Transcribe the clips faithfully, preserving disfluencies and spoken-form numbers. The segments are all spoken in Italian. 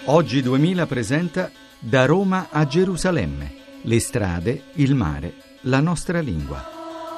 Oggi duemila presenta Da Roma a Gerusalemme. Le strade, il mare, la nostra lingua.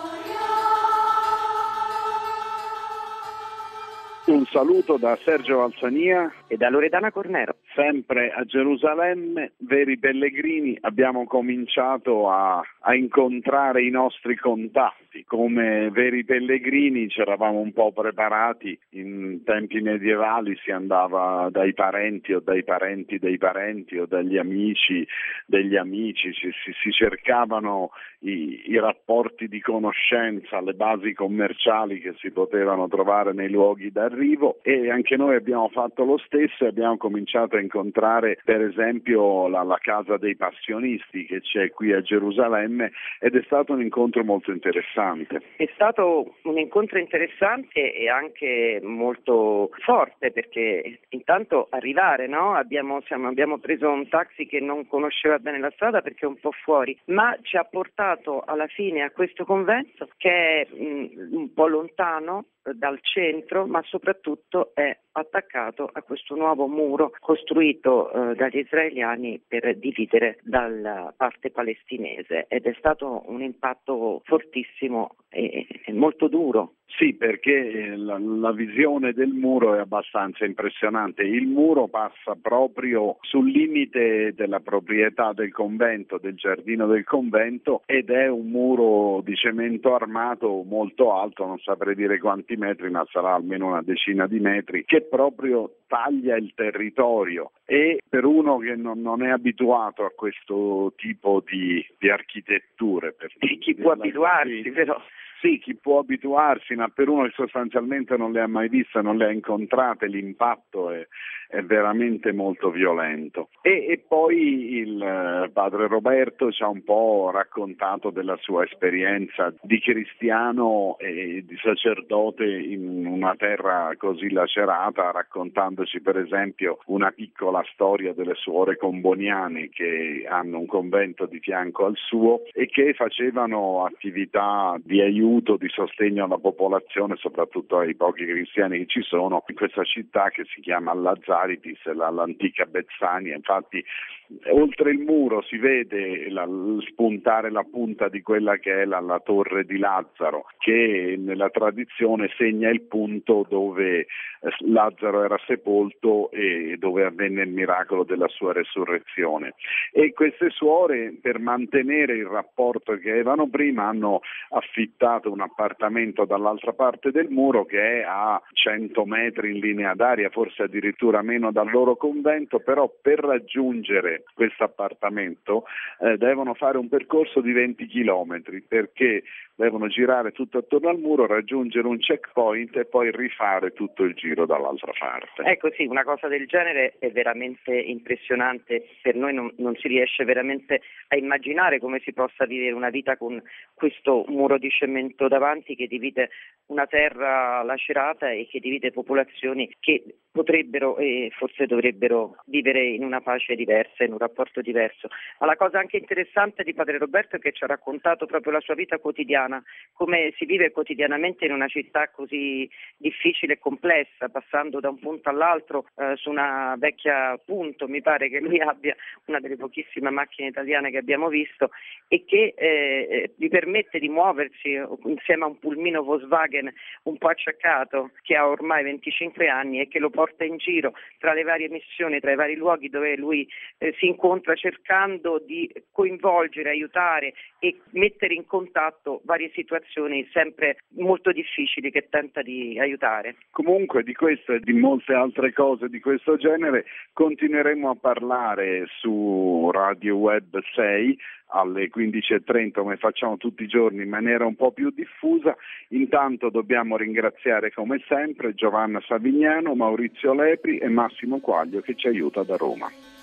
Un saluto da Sergio Valsania e da Loredana Cornero. Sempre a Gerusalemme, veri pellegrini, abbiamo cominciato a, a incontrare i nostri contatti. Come veri pellegrini ci eravamo un po' preparati. In tempi medievali si andava dai parenti o dai parenti dei parenti o dagli amici degli amici, si, si, si cercavano i, i rapporti di conoscenza, le basi commerciali che si potevano trovare nei luoghi d'arrivo, e anche noi abbiamo fatto lo stesso e abbiamo cominciato a incontrare per esempio la, la casa dei passionisti che c'è qui a Gerusalemme, ed è stato un incontro molto interessante. È stato un incontro interessante e anche molto forte, perché intanto arrivare, no? Abbiamo, siamo, abbiamo preso un taxi che non conosceva bene la strada perché è un po' fuori, ma ci ha portato alla fine a questo convento che è mh, un po' lontano dal centro, ma soprattutto è attaccato a questo nuovo muro costruito eh, dagli israeliani per dividere dalla parte palestinese, ed è stato un impatto fortissimo e, e molto duro. Sì, perché la, la visione del muro è abbastanza impressionante. Il muro passa proprio sul limite della proprietà del convento, del giardino del convento, ed è un muro di cemento armato molto alto, non saprei dire quanti metri, ma sarà almeno una decina di metri, che proprio taglia il territorio. E per uno che non, non è abituato a questo tipo di, di architetture, per chi può abituarsi, sì, però Sì, chi può abituarsi, ma per uno che sostanzialmente non le ha mai viste, non le ha incontrate, l'impatto è, è veramente molto violento. E, e poi il eh, padre Roberto ci ha un po' raccontato della sua esperienza di cristiano e di sacerdote in una terra così lacerata, raccontandoci per esempio una piccola storia delle suore comboniane che hanno un convento di fianco al suo e che facevano attività di aiuto, di sostegno alla popolazione, soprattutto ai pochi cristiani che ci sono in questa città che si chiama Lazzaritis, l'antica Bezzania. Infatti oltre il muro si vede la, spuntare la punta di quella che è la, la torre di Lazzaro, che nella tradizione segna il punto dove Lazzaro era sepolto e dove avvenne il miracolo della sua resurrezione. E queste suore, per mantenere il rapporto che avevano prima, hanno affittato un appartamento dall'altra parte del muro che è a cento metri in linea d'aria, forse addirittura meno dal loro convento, però per raggiungere questo appartamento eh, devono fare un percorso di venti chilometri, perché devono girare tutto attorno al muro, raggiungere un checkpoint e poi rifare tutto il giro dall'altra parte. Ecco, sì, una cosa del genere è veramente impressionante. Per noi non, non si riesce veramente a immaginare come si possa vivere una vita con questo muro di cemento davanti che divide una terra lacerata e che divide popolazioni che potrebbero e forse dovrebbero vivere in una pace diversa, in un rapporto diverso. Ma la cosa anche interessante di padre Roberto è che ci ha raccontato proprio la sua vita quotidiana, come si vive quotidianamente in una città così difficile e complessa, passando da un punto all'altro eh, su una vecchia Punto, mi pare che lui abbia una delle pochissime macchine italiane che abbiamo visto, e che eh, gli permette di muoversi insieme a un pulmino Volkswagen un po' acciaccato che ha ormai venticinque anni e che lo porta in giro tra le varie missioni, tra i vari luoghi dove lui eh, si incontra, cercando di coinvolgere, aiutare e mettere in contatto varie situazioni sempre molto difficili che tenta di aiutare. Comunque di questo e di molte altre cose di questo genere continueremo a parlare su Radio Web sei alle quindici e trenta, come facciamo tutti i giorni, in maniera un po' più diffusa. Intanto dobbiamo ringraziare come sempre Giovanna Savignano, Maurizio Lepri e Massimo Quaglio che ci aiuta da Roma.